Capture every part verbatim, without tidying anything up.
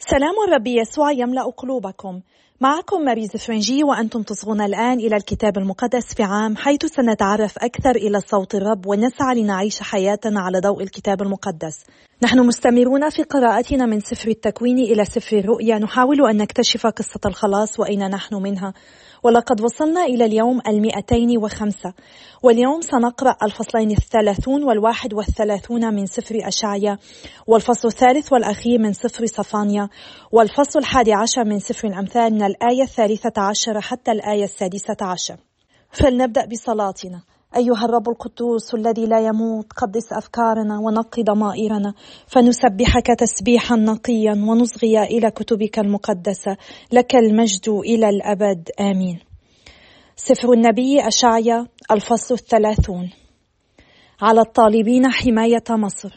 سلام الرب يسوع يملأ قلوبكم. معكم ماريز فرنجي وأنتم تصغون الآن إلى الكتاب المقدس في عام، حيث سنتعرف أكثر إلى صوت الرب ونسعى لنعيش حياتنا على ضوء الكتاب المقدس. نحن مستمرون في قراءتنا من سفر التكوين إلى سفر الرؤيا، نحاول أن نكتشف قصة الخلاص وأين نحن منها، ولقد وصلنا إلى اليوم المئتين وخمسة، واليوم سنقرأ الفصلين الثلاثون والواحد والثلاثون من سفر أشعيا، والفصل الثالث والأخير من سفر صفانيا، والفصل الحادي عشر من سفر الأمثال من الآية الثالثة عشر حتى الآية السادسة عشر. فلنبدأ بصلاتنا. أيها الرب القدوس الذي لا يموت، قدس أفكارنا ونقي ضمائرنا، فنسبحك تسبيحا نقيا ونصغي إلى كتبك المقدسة، لك المجد إلى الأبد آمين. سفر النبي أشعيا الفصل الثلاثون. على الطالبين حماية مصر.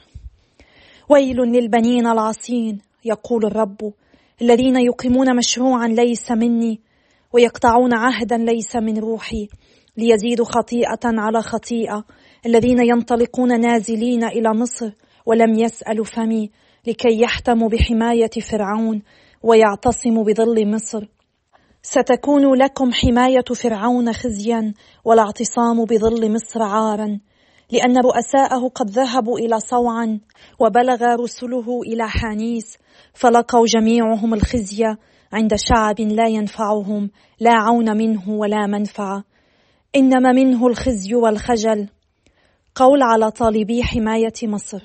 ويل للبنين العصين، يقول الرب، الذين يقيمون مشروعا ليس مني ويقطعون عهدا ليس من روحي، ليزيدوا خطيئة على خطيئة، الذين ينطلقون نازلين إلى مصر ولم يسألوا فمي، لكي يحتموا بحماية فرعون ويعتصموا بظل مصر. ستكون لكم حماية فرعون خزيا والاعتصام بظل مصر عارا، لأن رؤساءه قد ذهبوا إلى صوعا وبلغ رسله إلى حانيس، فلقوا جميعهم الخزي عند شعب لا ينفعهم لا عون منه ولا منفعة، إنما منه الخزي والخجل. قول على طالبي حماية مصر،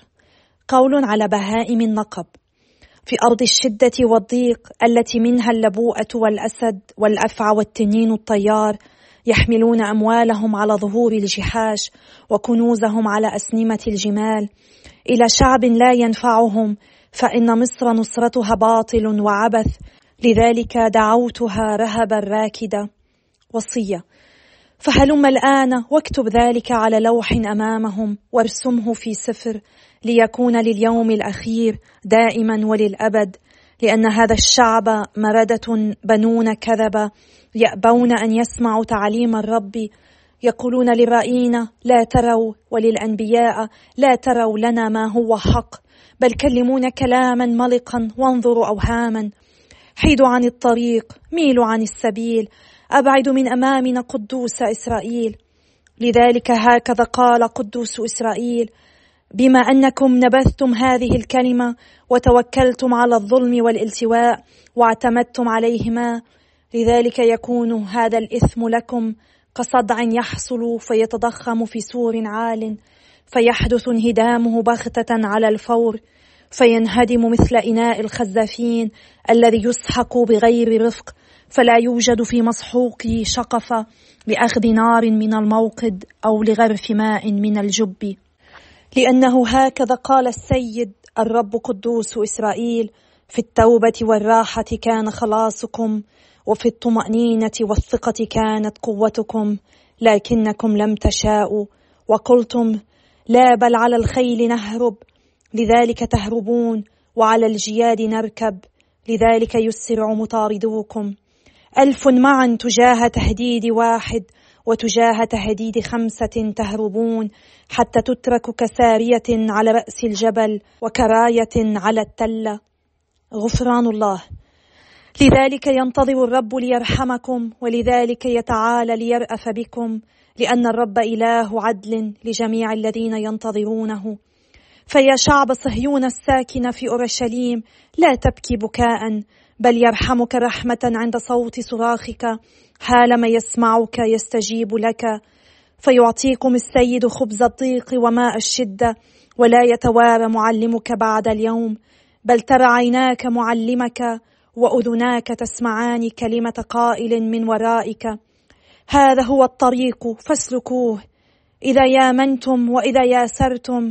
قول على بهائم النقب في أرض الشدة والضيق، التي منها اللبوءة والأسد والأفعى والتنين الطيار، يحملون أموالهم على ظهور الجحاش وكنوزهم على أسنمة الجمال، إلى شعب لا ينفعهم، فإن مصر نصرتها باطل وعبث، لذلك دعوتها رهبا راكدة. وصية. فهلم الآن واكتب ذلك على لوح أمامهم وارسمه في سفر، ليكون لليوم الأخير دائما وللأبد، لأن هذا الشعب مردة بنون كذبة، يأبون أن يسمعوا تعليم الرب، يقولون للرائين لا تروا، وللأنبياء لا تروا لنا ما هو حق، بل كلمون كلاما ملقا وانظروا أوهاما. حيدوا عن الطريق، ميلوا عن السبيل، أبعدوا من أمامنا قدوس إسرائيل. لذلك هكذا قال قدوس إسرائيل: بما أنكم نبذتم هذه الكلمة وتوكلتم على الظلم والالتواء واعتمدتم عليهما، لذلك يكون هذا الإثم لكم كصدع يحصل فيتضخم في سور عال، فيحدث انهدامه بغتة على الفور، فينهدم مثل إناء الخزافين الذي يسحق بغير رفق، فلا يوجد في مسحوقه شقفة لأخذ نار من الموقد أو لغرف ماء من الجب. لأنه هكذا قال السيد الرب قدوس إسرائيل: في التوبة والراحة كان خلاصكم، وفي الطمأنينة والثقة كانت قوتكم، لكنكم لم تشاءوا وقلتم لا، بل على الخيل نهرب، لذلك تهربون، وعلى الجياد نركب، لذلك يسرع مطاردوكم. ألف معا تجاه تهديد واحد، وتجاه تهديد خمسة تهربون، حتى تترك كسارية على رأس الجبل وكراية على التلة. غفران الله. لذلك ينتظر الرب ليرحمكم، ولذلك يتعالى ليرأف بكم، لأن الرب إله عدل لجميع الذين ينتظرونه. فيا شعب صهيون الساكن في أورشليم، لا تبكي بكاء، بل يرحمك رحمة عند صوت صراخك، حالما يسمعك يستجيب لك. فيعطيكم السيد خبز الضيق وماء الشدة، ولا يتوارى معلمك بعد اليوم، بل ترى عيناك معلمك وأذناك تسمعان كلمة قائل من ورائك: هذا هو الطريق فاسلكوه، إذا يامنتم وإذا ياسرتم،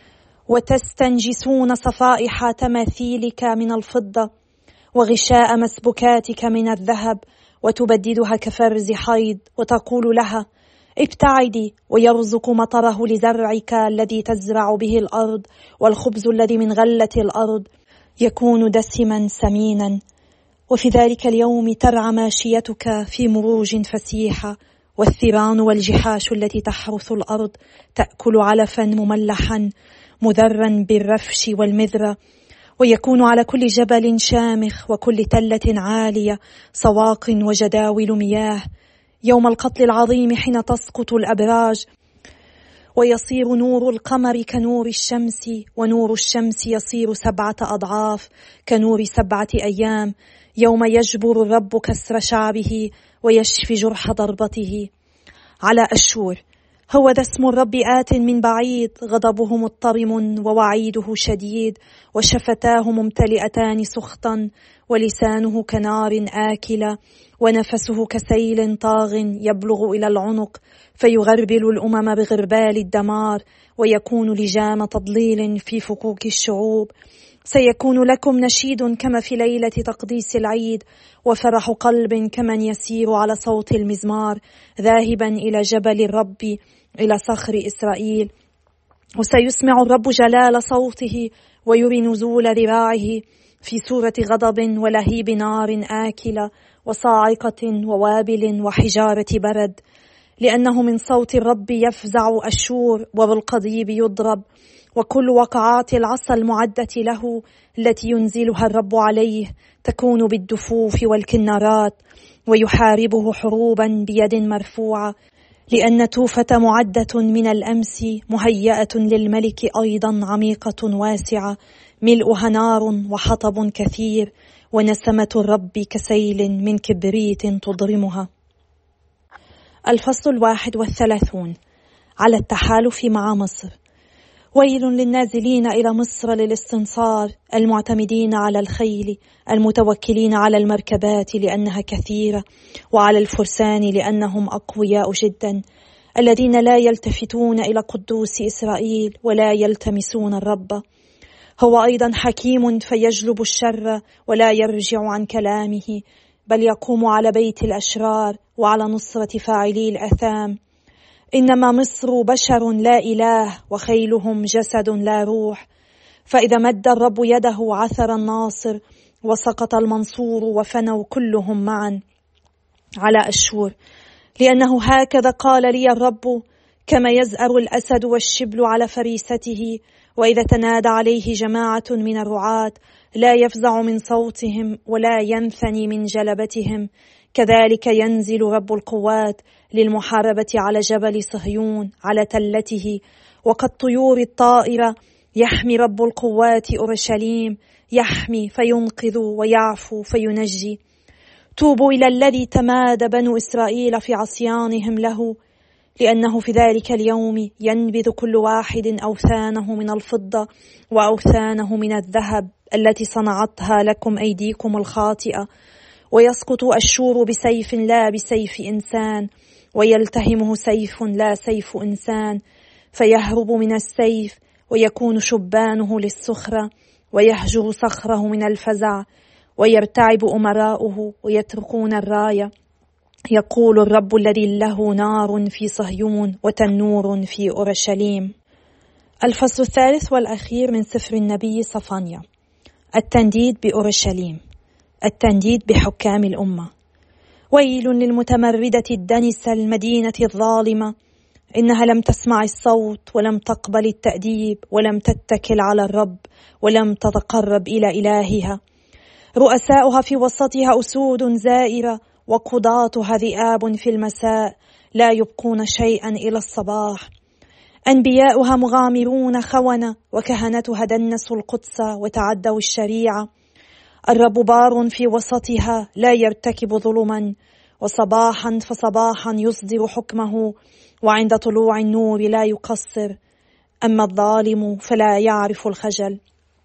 وتستنجسون صفائح تماثيلك من الفضة، وغشاء مسبكاتك من الذهب، وتبددها كفرز حيض، وتقول لها: ابتعدي، ويرزق مطره لزرعك الذي تزرع به الأرض، والخبز الذي من غلة الأرض يكون دسما سمينا. وفي ذلك اليوم ترعى ماشيتك في مروج فسيحة، والثيران والجحاش التي تحرث الأرض تأكل علفا مملحا مذرا بالرفش والمذرة، ويكون على كل جبل شامخ وكل تلة عالية صواق وجداول مياه يوم القتل العظيم حين تسقط الأبراج، ويصير نور القمر كنور الشمس، ونور الشمس يصير سبعة أضعاف كنور سبعة أيام، يوم يجبر الرب كسر شعبه ويشفي جرح ضربته. على أشور، هو ذا اسم الرب آت من بعيد، غضبه مضطرم ووعيده شديد، وشفتاه ممتلئتان سخطا، ولسانه كنار آكلة، ونفسه كسيل طاغ يبلغ إلى العنق، فيغربل الأمم بغربال الدمار، ويكون لجام تضليل في فكوك الشعوب. سيكون لكم نشيد كما في ليلة تقديس العيد، وفرح قلب كمن يسير على صوت المزمار، ذاهبا إلى جبل الرب، إلى صخر إسرائيل. وسيسمع الرب جلال صوته، ويري نزول ذراعه في صورة غضب ولهيب نار آكلة وصاعقة ووابل وحجارة برد، لأنه من صوت الرب يفزع أشور، وبالقضيب يضرب، وكل وقعات العصا المعدة له التي ينزلها الرب عليه تكون بالدفوف والكنارات، ويحاربه حروبا بيد مرفوعة، لأن توفة معدة من الأمس مهيئة للملك أيضا عميقة واسعة، ملؤها نار وحطب كثير، ونسمة الرب كسيل من كبريت تضرمها. الفصل الواحد والثلاثون، على التحالف مع مصر. ويل للنازلين إلى مصر للاستنصار، المعتمدين على الخيل، المتوكلين على المركبات لأنها كثيرة، وعلى الفرسان لأنهم أقوياء جدا، الذين لا يلتفتون إلى قدوس إسرائيل ولا يلتمسون الرب. هو أيضا حكيم فيجلب الشر ولا يرجع عن كلامه، بل يقوم على بيت الأشرار وعلى نصرة فاعلي الأثام. إنما مصر بشر لا إله، وخيلهم جسد لا روح. فإذا مد الرب يده عثر الناصر، وسقط المنصور وفنوا كلهم معا. على أشور، لأنه هكذا قال لي الرب، كما يزأر الأسد والشبل على فريسته، وإذا تنادى عليه جماعة من الرعاة لا يفزع من صوتهم ولا ينثني من جلبتهم، كذلك ينزل رب القوات للمحاربة على جبل صهيون على تلته، وكالطيور الطائرة يحمي رب القوات أورشليم، يحمي فينقذ ويعفو فينجي. توبوا إلى الذي تمادى بنو إسرائيل في عصيانهم له، لأنه في ذلك اليوم ينبذ كل واحد أوثانه من الفضة وأوثانه من الذهب التي صنعتها لكم أيديكم الخاطئة، ويسقط أشور بسيف لا بسيف إنسان، ويلتهمه سيف لا سيف إنسان، فيهرب من السيف، ويكون شبانه للسخرة، ويهجر صخره من الفزع، ويرتعب أمراؤه ويتركون الراية. يقول الرب الذي له نار في صهيون وتنور في أورشليم. الفصل الثالث والأخير من سفر النبي صفانيا. التنديد بأورشليم، التنديد بحكام الأمة. ويل للمتمردة الدنسة المدينة الظالمة، إنها لم تسمع الصوت ولم تقبل التأديب ولم تتكل على الرب ولم تتقرب إلى إلهها. رؤساؤها في وسطها أسود زائرة، وقضاتها ذئاب في المساء، لا يبقون شيئا إلى الصباح. أنبياؤها مغامرون خونة، وكهنتها دنسوا القدس وتعدوا الشريعة. الرب بار في وسطها لا يرتكب ظلما، وصباحا فصباحا يصدر حكمه، وعند طلوع النور لا يقصر. أما الظالم فلا يعرف الخجل.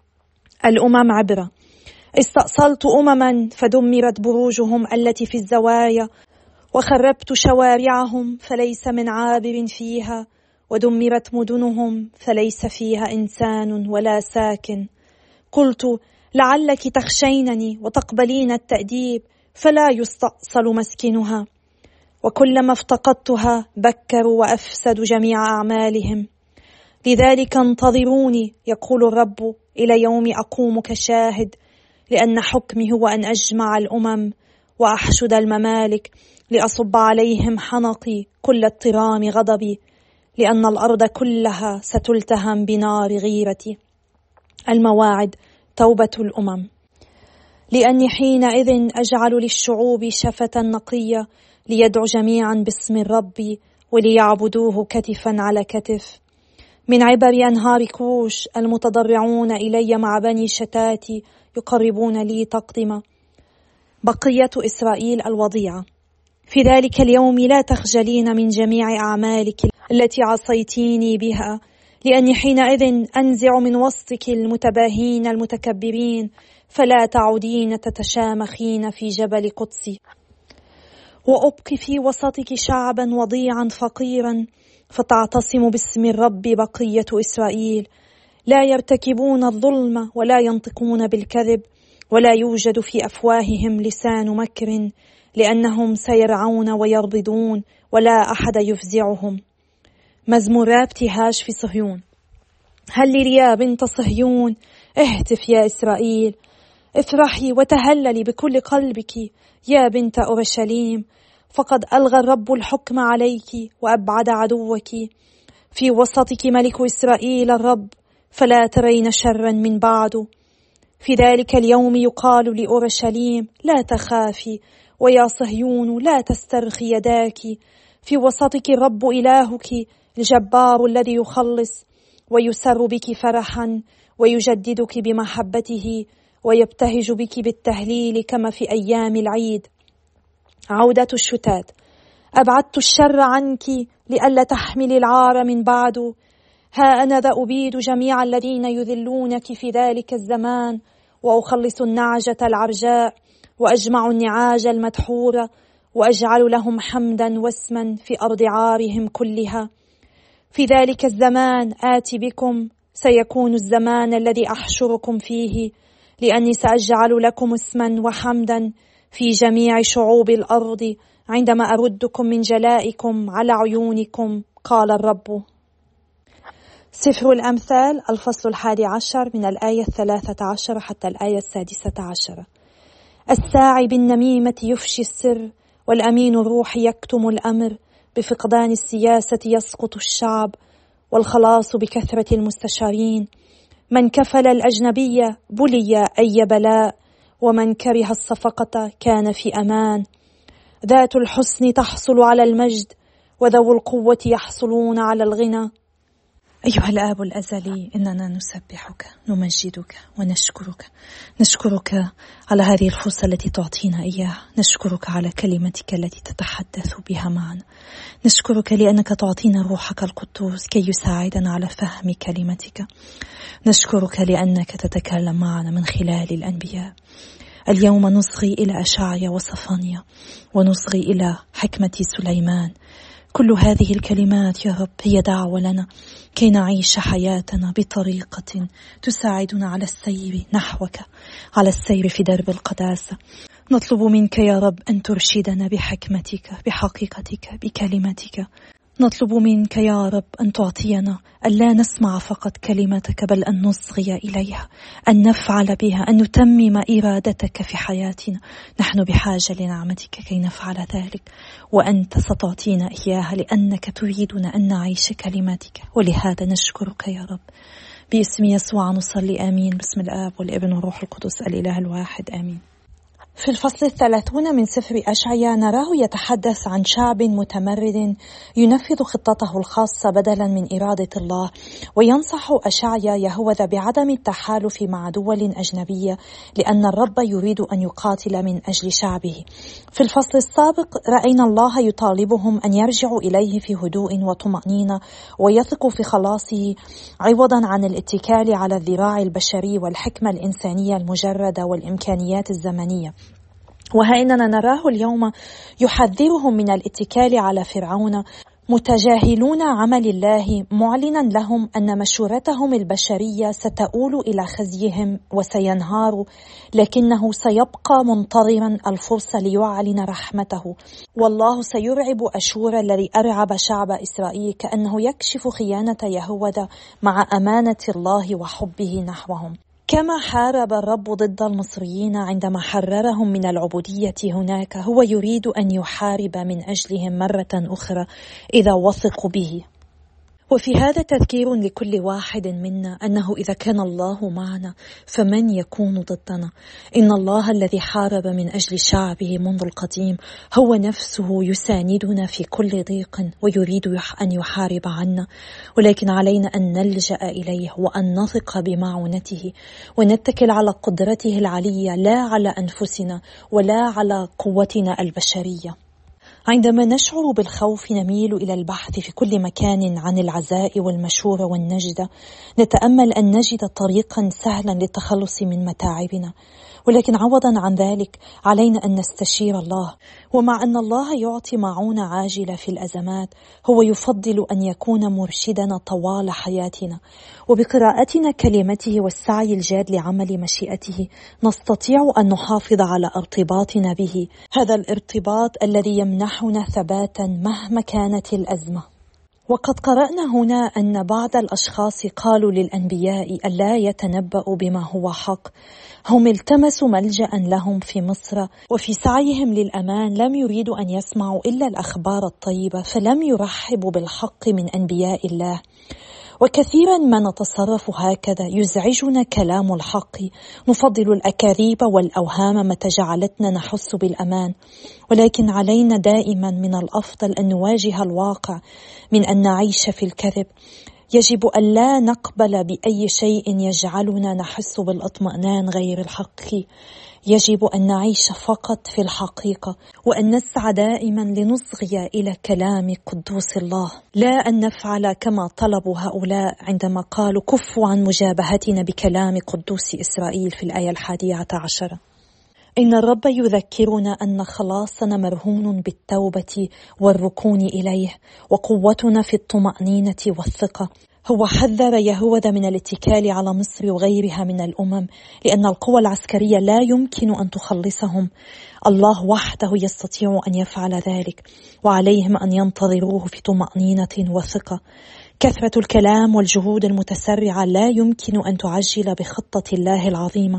الأمم عبرة. استأصلت أمما فدمرت بروجهم التي في الزوايا، وخربت شوارعهم فليس من عابر فيها، ودمرت مدنهم فليس فيها إنسان ولا ساكن. قلت لعلك تخشينني وتقبلين التأديب، فلا يستأصل مسكنها. وكلما افتقدتها بكروا وأفسدوا جميع أعمالهم. لذلك انتظروني، يقول الرب، إلى يوم أقوم كشاهد، لأن حكمي هو أن أجمع الأمم وأحشد الممالك، لأصب عليهم حنقي كل اضطرام غضبي، لأن الأرض كلها ستلتهم بنار غيرتي. المواعد توبة الأمم. لأني حينئذ أجعل للشعوب شفة نقية ليدعوا جميعا باسم الرب وليعبدوه كتفا على كتف. من عبر أنهار كوش المتضرعون إلي مع بني شتاتي يقربون لي تقدمة. بقية إسرائيل الوضيعة. في ذلك اليوم لا تخجلين من جميع أعمالك التي عصيتيني بها، لأني حينئذ أنزع من وسطك المتباهين المتكبرين، فلا تعودين تتشامخين في جبل قدسي. وأبقي في وسطك شعبا وضيعا فقيرا، فتعتصم باسم الرب بقية إسرائيل. لا يرتكبون الظلم ولا ينطقون بالكذب، ولا يوجد في أفواههم لسان مكر، لأنهم سيرعون ويربضون ولا أحد يفزعهم. مزمور ابتهاج في صهيون. هلل يا بنت صهيون، اهتف يا إسرائيل، افرحي وتهللي بكل قلبك يا بنت أورشليم، فقد ألغى الرب الحكم عليك وأبعد عدوك. في وسطك ملك إسرائيل الرب، فلا ترين شرا من بعده. في ذلك اليوم يقال لأورشليم لا تخافي، ويا صهيون لا تسترخي يداك. في وسطك الرب إلهك الجبار الذي يخلص، ويسر بك فرحا ويجددك بمحبته، ويبتهج بك بالتهليل كما في أيام العيد. عودة الشتات. أبعدت الشر عنك لئلا تحمل العار من بعده. ها أنا ذا أبيد جميع الذين يذلونك في ذلك الزمان، وأخلص النعجة العرجاء، وأجمع النعاج المدحورة، وأجعل لهم حمدا واسما في أرض عارهم كلها. في ذلك الزمان آتي بكم، سيكون الزمان الذي أحشركم فيه، لأني سأجعل لكم اسما وحمدا في جميع شعوب الأرض، عندما أردكم من جلائكم على عيونكم، قال الرب. سفر الأمثال الفصل الحادي عشر من الآية الثلاثة عشر حتى الآية السادسة عشر. الساعي بالنميمة يفشي السر، والأمين الروح يكتم الأمر. بفقدان السياسة يسقط الشعب، والخلاص بكثرة المستشارين. من كفل الأجنبية بلي أي بلاء، ومن كره الصفقة كان في أمان. ذات الحسن تحصل على المجد، وذو القوة يحصلون على الغنى. أيها الآب الأزلي، إننا نسبحك نمجدك ونشكرك. نشكرك على هذه الفرصة التي تعطينا إياها. نشكرك على كلمتك التي تتحدث بها معنا. نشكرك لأنك تعطينا روحك القدوس كي يساعدنا على فهم كلمتك. نشكرك لأنك تتكلم معنا من خلال الأنبياء. اليوم نصغي إلى أشعيا وصفانيا، ونصغي إلى حكمة سليمان. كل هذه الكلمات يا رب هي دعوة لنا كي نعيش حياتنا بطريقة تساعدنا على السير نحوك، على السير في درب القداسة. نطلب منك يا رب أن ترشدنا بحكمتك، بحقيقتك، بكلمتك. نطلب منك يا رب أن تعطينا أن لا نسمع فقط كلمتك، بل أن نصغي إليها، أن نفعل بها، أن نتمم إرادتك في حياتنا. نحن بحاجة لنعمتك كي نفعل ذلك، وأنت ستعطينا إياها لأنك تريدنا أن نعيش كلماتك، ولهذا نشكرك يا رب. باسم يسوع نصلي آمين. باسم الآب والابن والروح القدس الإله الواحد آمين. في الفصل الثلاثون من سفر أشعيا نراه يتحدث عن شعب متمرد ينفذ خطته الخاصة بدلا من إرادة الله، وينصح أشعيا يهوذا بعدم التحالف مع دول أجنبية، لأن الرب يريد أن يقاتل من أجل شعبه. في الفصل السابق رأينا الله يطالبهم أن يرجعوا إليه في هدوء وطمأنينة، ويثقوا في خلاصه عوضا عن الاتكال على الذراع البشري والحكمة الإنسانية المجردة والإمكانيات الزمنية. وها إننا نراه اليوم يحذرهم من الاتكال على فرعون، متجاهلون عمل الله، معلنا لهم أن مشورتهم البشرية ستؤول إلى خزيهم وسينهاروا، لكنه سيبقى منتظرا الفرصة ليعلن رحمته. والله سيرعب أشور الذي أرعب شعب إسرائيل، كأنه يكشف خيانة يهوذا مع أمانة الله وحبه نحوهم. كما حارب الرب ضد المصريين عندما حررهم من العبودية هناك، هو يريد أن يحارب من أجلهم مرة أخرى إذا وثقوا به. وفي هذا تذكير لكل واحد منا أنه إذا كان الله معنا فمن يكون ضدنا؟ إن الله الذي حارب من أجل شعبه منذ القديم هو نفسه يساندنا في كل ضيق ويريد أن يحارب عنا، ولكن علينا أن نلجأ إليه وأن نثق بمعونته ونتكل على قدرته العلية لا على أنفسنا ولا على قوتنا البشرية. عندما نشعر بالخوف نميل إلى البحث في كل مكان عن العزاء والمشورة والنجدة، نتأمل أن نجد طريقا سهلا للتخلص من متاعبنا، ولكن عوضا عن ذلك علينا أن نستشير الله. ومع أن الله يعطي معونة عاجلة في الأزمات، هو يفضل أن يكون مرشدنا طوال حياتنا، وبقراءتنا كلمته والسعي الجاد لعمل مشيئته نستطيع أن نحافظ على ارتباطنا به، هذا الارتباط الذي يمنحنا ثباتا مهما كانت الأزمة. وقد قرأنا هنا أن بعض الأشخاص قالوا للأنبياء ألا يتنبأوا بما هو حق. هم التمسوا ملجأ لهم في مصر، وفي سعيهم للأمان لم يريدوا أن يسمعوا إلا الأخبار الطيبة، فلم يرحبوا بالحق من أنبياء الله. وكثيرا ما نتصرف هكذا، يزعجنا كلام الحق، نفضل الأكاذيب والأوهام متى جعلتنا نحس بالأمان، ولكن علينا دائما من الأفضل أن نواجه الواقع من أن نعيش في الكذب. يجب أن لا نقبل بأي شيء يجعلنا نحس بالاطمئنان غير الحق. يجب أن نعيش فقط في الحقيقة، وأن نسعى دائما لنصغي إلى كلام قدوس الله، لا أن نفعل كما طلبوا هؤلاء عندما قالوا كفوا عن مجابهتنا بكلام قدوس إسرائيل في الآية الحادية عشرة. إن الرب يذكرنا أن خلاصنا مرهون بالتوبة والركون إليه، وقوتنا في الطمأنينة والثقة. هو حذر يهوذا من الاتكال على مصر وغيرها من الأمم، لأن القوى العسكرية لا يمكن أن تخلصهم، الله وحده يستطيع أن يفعل ذلك، وعليهم أن ينتظروه في طمأنينة وثقة. كثرة الكلام والجهود المتسرعة لا يمكن أن تعجل بخطة الله العظيمة،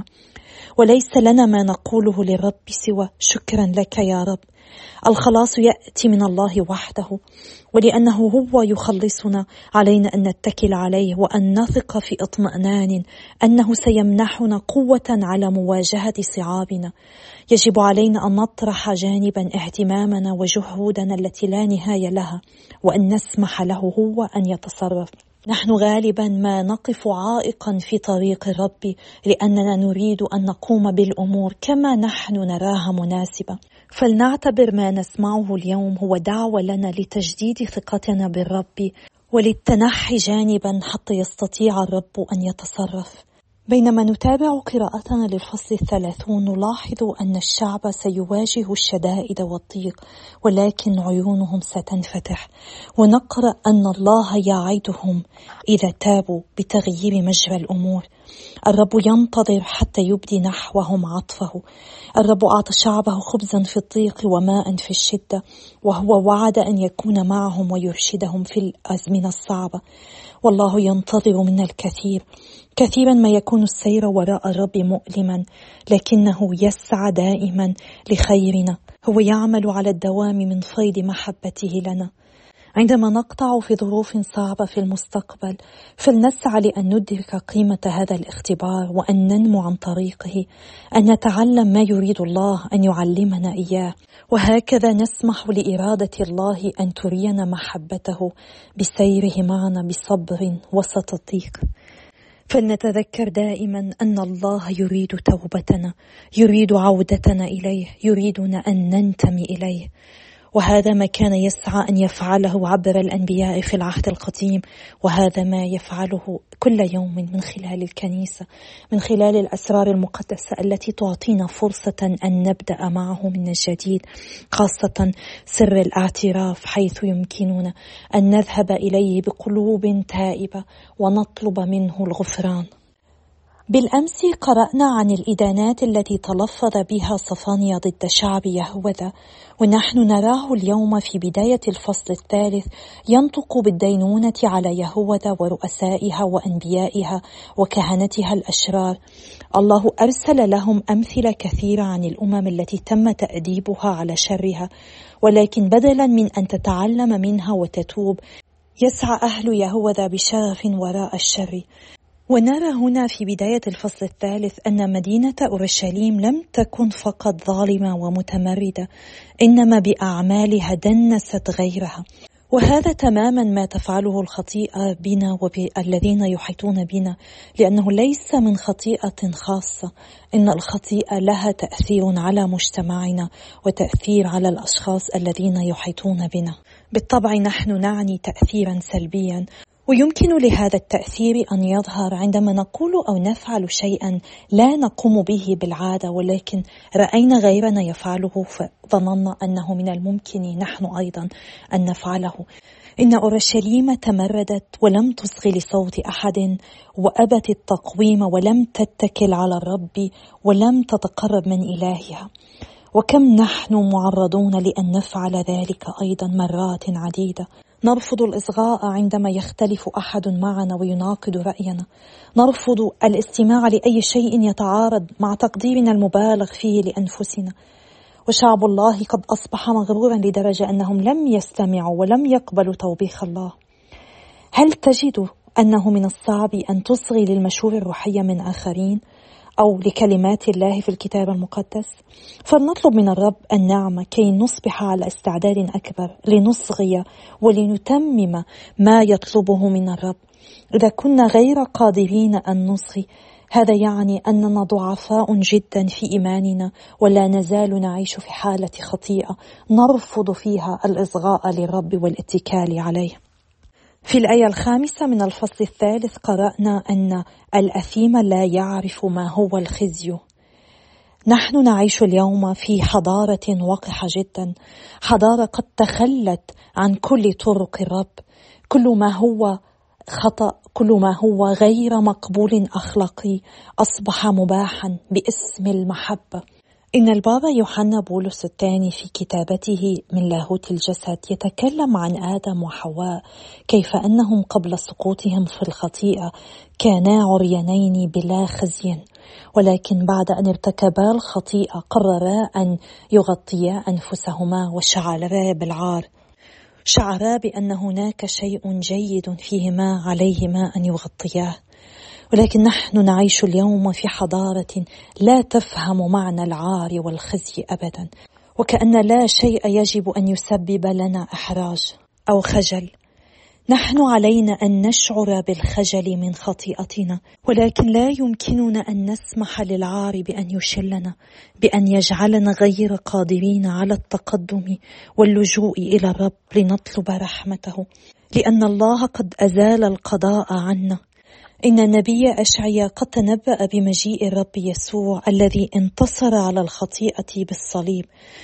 وليس لنا ما نقوله للرب سوى شكرا لك يا رب. الخلاص يأتي من الله وحده، ولأنه هو يخلصنا علينا أن نتكل عليه وأن نثق في اطمئنان أنه سيمنحنا قوة على مواجهة صعابنا. يجب علينا أن نطرح جانبا اهتمامنا وجهودنا التي لا نهاية لها، وأن نسمح له هو أن يتصرف. نحن غالبا ما نقف عائقا في طريق الرب، لأننا نريد أن نقوم بالأمور كما نحن نراها مناسبة. فلنعتبر ما نسمعه اليوم هو دعوة لنا لتجديد ثقتنا بالرب، وللتنحي جانبا حتى يستطيع الرب أن يتصرف. بينما نتابع قراءتنا للفصل الثلاثون نلاحظ أن الشعب سيواجه الشدائد والضيق، ولكن عيونهم ستنفتح، ونقرأ أن الله يعدهم إذا تابوا بتغيير مجرى الأمور. الرب ينتظر حتى يبدي نحوهم عطفه. الرب أعطى شعبه خبزا في الضيق وماء في الشدة، وهو وعد أن يكون معهم ويرشدهم في الأزمنة الصعبة. والله ينتظر منا الكثير. كثيرا ما يكون السير وراء الرب مؤلما، لكنه يسعى دائما لخيرنا. هو يعمل على الدوام من فيض محبته لنا. عندما نقطع في ظروف صعبة في المستقبل، فلنسعى لأن ندرك قيمة هذا الاختبار وأن ننمو عن طريقه، أن نتعلم ما يريد الله أن يعلمنا إياه، وهكذا نسمح لإرادة الله أن ترينا محبته بسيره معنا بصبر وسط الضيق. فلنتذكر دائما أن الله يريد توبتنا، يريد عودتنا إليه، يريدنا أن ننتمي إليه. وهذا ما كان يسعى أن يفعله عبر الأنبياء في العهد القديم، وهذا ما يفعله كل يوم من خلال الكنيسة، من خلال الأسرار المقدسة التي تعطينا فرصة أن نبدأ معه من الجديد، خاصة سر الاعتراف، حيث يمكننا أن نذهب إليه بقلوب تائبة ونطلب منه الغفران. بالأمس قرأنا عن الإدانات التي تلفظ بها صفانيا ضد شعب يهوذا، ونحن نراه اليوم في بداية الفصل الثالث ينطق بالدينونة على يهوذا ورؤسائها وأنبيائها وكهنتها الأشرار. الله أرسل لهم أمثلة كثيرة عن الأمم التي تم تأديبها على شرها، ولكن بدلا من أن تتعلم منها وتتوب، يسعى أهل يهوذا بشغف وراء الشر. ونرى هنا في بداية الفصل الثالث أن مدينة أورشليم لم تكن فقط ظالمة ومتمردة، إنما بأعمالها دنست غيرها. وهذا تماما ما تفعله الخطيئة بنا وبالذين يحيطون بنا، لأنه ليس من خطيئة خاصة، إن الخطيئة لها تأثير على مجتمعنا وتأثير على الأشخاص الذين يحيطون بنا. بالطبع نحن نعني تأثيرا سلبيا، ويمكن لهذا التأثير أن يظهر عندما نقول أو نفعل شيئا لا نقوم به بالعادة، ولكن رأينا غيرنا يفعله فظننا أنه من الممكن نحن أيضا أن نفعله. إن أورشليم تمردت ولم تصغي لصوت أحد، وأبت التقويم ولم تتكل على الرب ولم تتقرب من إلهها. وكم نحن معرضون لأن نفعل ذلك أيضا مرات عديدة. نرفض الإصغاء عندما يختلف أحد معنا ويناقض رأينا. نرفض الاستماع لأي شيء يتعارض مع تقديرنا المبالغ فيه لأنفسنا. وشعب الله قد أصبح مغرورا لدرجة أنهم لم يستمعوا ولم يقبلوا توبيخ الله. هل تجد أنه من الصعب أن تصغي للمشورة الروحية من آخرين أو لكلمات الله في الكتاب المقدس؟ فلنطلب من الرب النعمة كي نصبح على استعداد أكبر لنصغي ولنتمم ما يطلبه من الرب. إذا كنا غير قادرين أن نصغي، هذا يعني أننا ضعفاء جدا في إيماننا، ولا نزال نعيش في حالة خطيئة نرفض فيها الإصغاء للرب والاتكال عليه. في الآية الخامسة من الفصل الثالث قرأنا أن الأثيم لا يعرف ما هو الخزي. نحن نعيش اليوم في حضارة وقحة جدا، حضارة قد تخلت عن كل طرق الرب. كل ما هو خطأ، كل ما هو غير مقبول أخلاقي أصبح مباحا باسم المحبة. إن البابا يوحنا بولس الثاني في كتابته من لاهوت الجسد يتكلم عن آدم وحواء، كيف أنهم قبل سقوطهم في الخطيئة كانا عريانين بلا خزي، ولكن بعد أن ارتكبا الخطيئة قررا أن يغطيا أنفسهما وشعرا بالعار، شعرا بأن هناك شيء جيد فيهما عليهما أن يغطياه. ولكن نحن نعيش اليوم في حضارة لا تفهم معنى العار والخزي أبدا، وكأن لا شيء يجب أن يسبب لنا إحراج أو خجل. نحن علينا أن نشعر بالخجل من خطيئتنا، ولكن لا يمكننا أن نسمح للعار بأن يشلنا، بأن يجعلنا غير قادرين على التقدم واللجوء إلى الرب لنطلب رحمته، لأن الله قد أزال القضاء عنا. إن النبي أشعيا قد تنبأ بمجيء الرب يسوع الذي انتصر على الخطيئة بالصليب.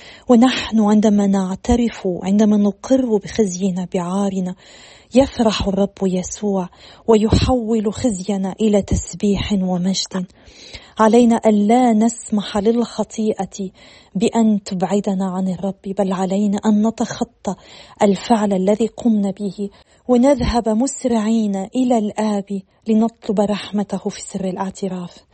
ونحن عندما نعترف، عندما نقر بخزينا بعارنا، يفرح الرب يسوع ويحول خزينا إلى تسبيح ومجد. علينا ألا نسمح للخطيئة بأن تبعدنا عن الرب، بل علينا أن نتخطى الفعل الذي قمنا به ونذهب مسرعين إلى الآب لنطلب رحمته في سر الاعتراف.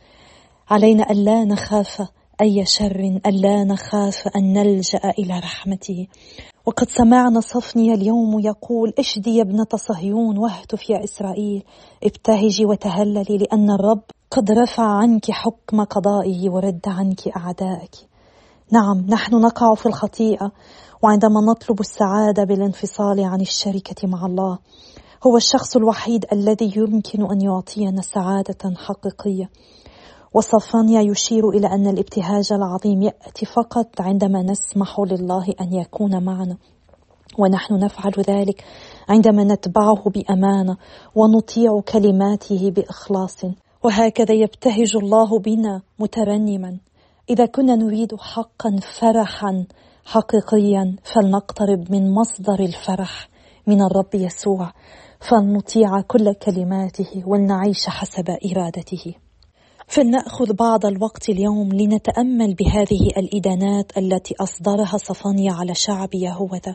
علينا ألا نخاف أي شر، ألا نخاف أن نلجأ إلى رحمته. وقد سمعنا صفني اليوم يقول: اشدي يا ابنة صهيون واهتف يا إسرائيل، ابتهجي وتهللي، لأن الرب قد رفع عنك حكم قضائه ورد عنك أعدائك. نعم، نحن نقع في الخطيئة، وعندما نطلب السعادة بالانفصال عن الشركة مع الله، هو الشخص الوحيد الذي يمكن أن يعطينا سعادة حقيقية. وصفانيا يشير إلى أن الابتهاج العظيم يأتي فقط عندما نسمح لله أن يكون معنا، ونحن نفعل ذلك عندما نتبعه بأمانة ونطيع كلماته بإخلاص. وهكذا يبتهج الله بنا مترنما. إذا كنا نريد حقا فرحا حقيقيا، فلنقترب من مصدر الفرح من الرب يسوع، فلنطيع كل كلماته ولنعيش حسب إرادته. فلنأخذ بعض الوقت اليوم لنتأمل بهذه الإدانات التي أصدرها صفانيا على شعب يهوذا،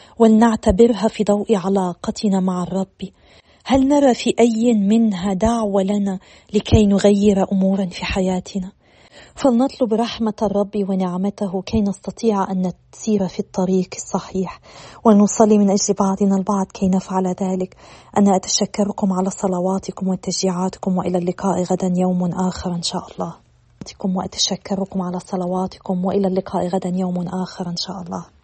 ولنعتبرها في ضوء علاقتنا مع الرب. هل نرى في أي منها دعوة لنا لكي نغير أمورا في حياتنا؟ فلنطلب رحمة الرب ونعمته كي نستطيع أن نسير في الطريق الصحيح، ونصلي من أجل بعضنا البعض كي نفعل ذلك. أنا أتشكركم على صلواتكم وتشجيعاتكم، وإلى اللقاء غدا يوم آخر إن شاء الله. وأتشكركم على صلواتكم، وإلى اللقاء غدا يوم آخر إن شاء الله.